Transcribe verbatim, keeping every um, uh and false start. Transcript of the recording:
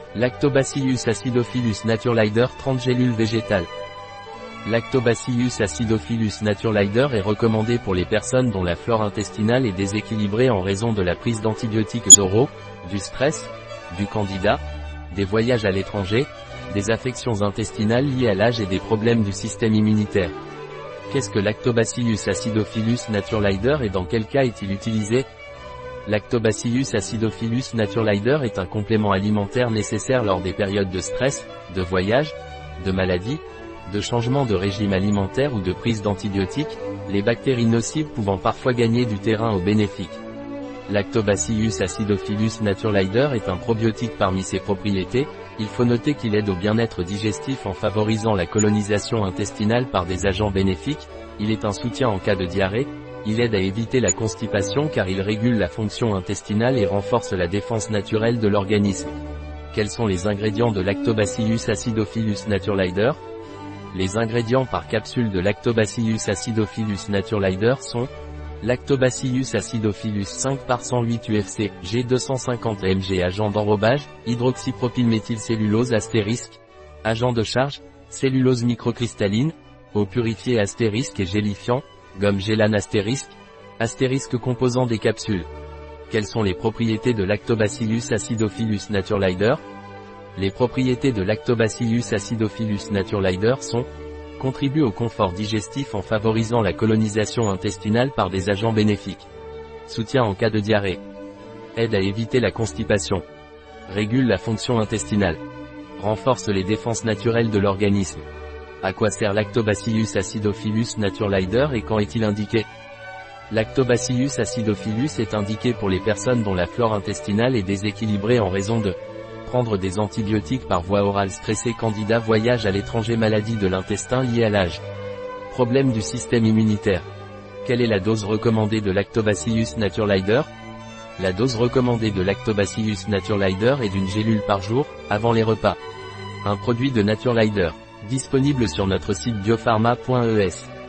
Lactobacillus acidophilus naturelider trente gélules végétales. Lactobacillus acidophilus naturelider est recommandé pour les personnes dont la flore intestinale est déséquilibrée en raison de la prise d'antibiotiques oraux, du stress, du candida, des voyages à l'étranger, des affections intestinales liées à l'âge et des problèmes du système immunitaire. Qu'est-ce que Lactobacillus acidophilus naturelider et dans quel cas est-il utilisé? Lactobacillus acidophilus naturelider est un complément alimentaire nécessaire lors des périodes de stress, de voyage, de maladie, de changement de régime alimentaire ou de prise d'antibiotiques, les bactéries nocives pouvant parfois gagner du terrain aux bénéfiques. Lactobacillus acidophilus naturelider est un probiotique parmi ses propriétés. Il faut noter qu'il aide au bien-être digestif en favorisant la colonisation intestinale par des agents bénéfiques, il est un soutien en cas de diarrhée, il aide à éviter la constipation car il régule la fonction intestinale et renforce la défense naturelle de l'organisme. Quels sont les ingrédients de Lactobacillus acidophilus naturelider? Les ingrédients par capsule de Lactobacillus acidophilus naturelider sont Lactobacillus acidophilus cinq par cent huit U F C, G deux cent cinquante milligrams agent d'enrobage, hydroxypropylméthylcellulose astérisque, agent de charge, cellulose microcristalline, eau purifiée astérisque et gélifiant, gomme gélane astérisque, astérisque composant des capsules. Quelles sont les propriétés de Lactobacillus acidophilus naturelider? Les propriétés de Lactobacillus acidophilus naturelider sont contribue au confort digestif en favorisant la colonisation intestinale par des agents bénéfiques. Soutien en cas de diarrhée. Aide à éviter la constipation. Régule la fonction intestinale. Renforce les défenses naturelles de l'organisme. À quoi sert Lactobacillus acidophilus naturelider et quand est-il indiqué? Lactobacillus acidophilus est indiqué pour les personnes dont la flore intestinale est déséquilibrée en raison de prendre des antibiotiques par voie orale stressé candida voyage à l'étranger maladie de l'intestin liée à l'âge. Problème du système immunitaire. Quelle est la dose recommandée de Lactobacillus naturelider? La dose recommandée de Lactobacillus naturelider est d'une gélule par jour, avant les repas. Un produit de Naturelider. Disponible sur notre site biopharma point E S.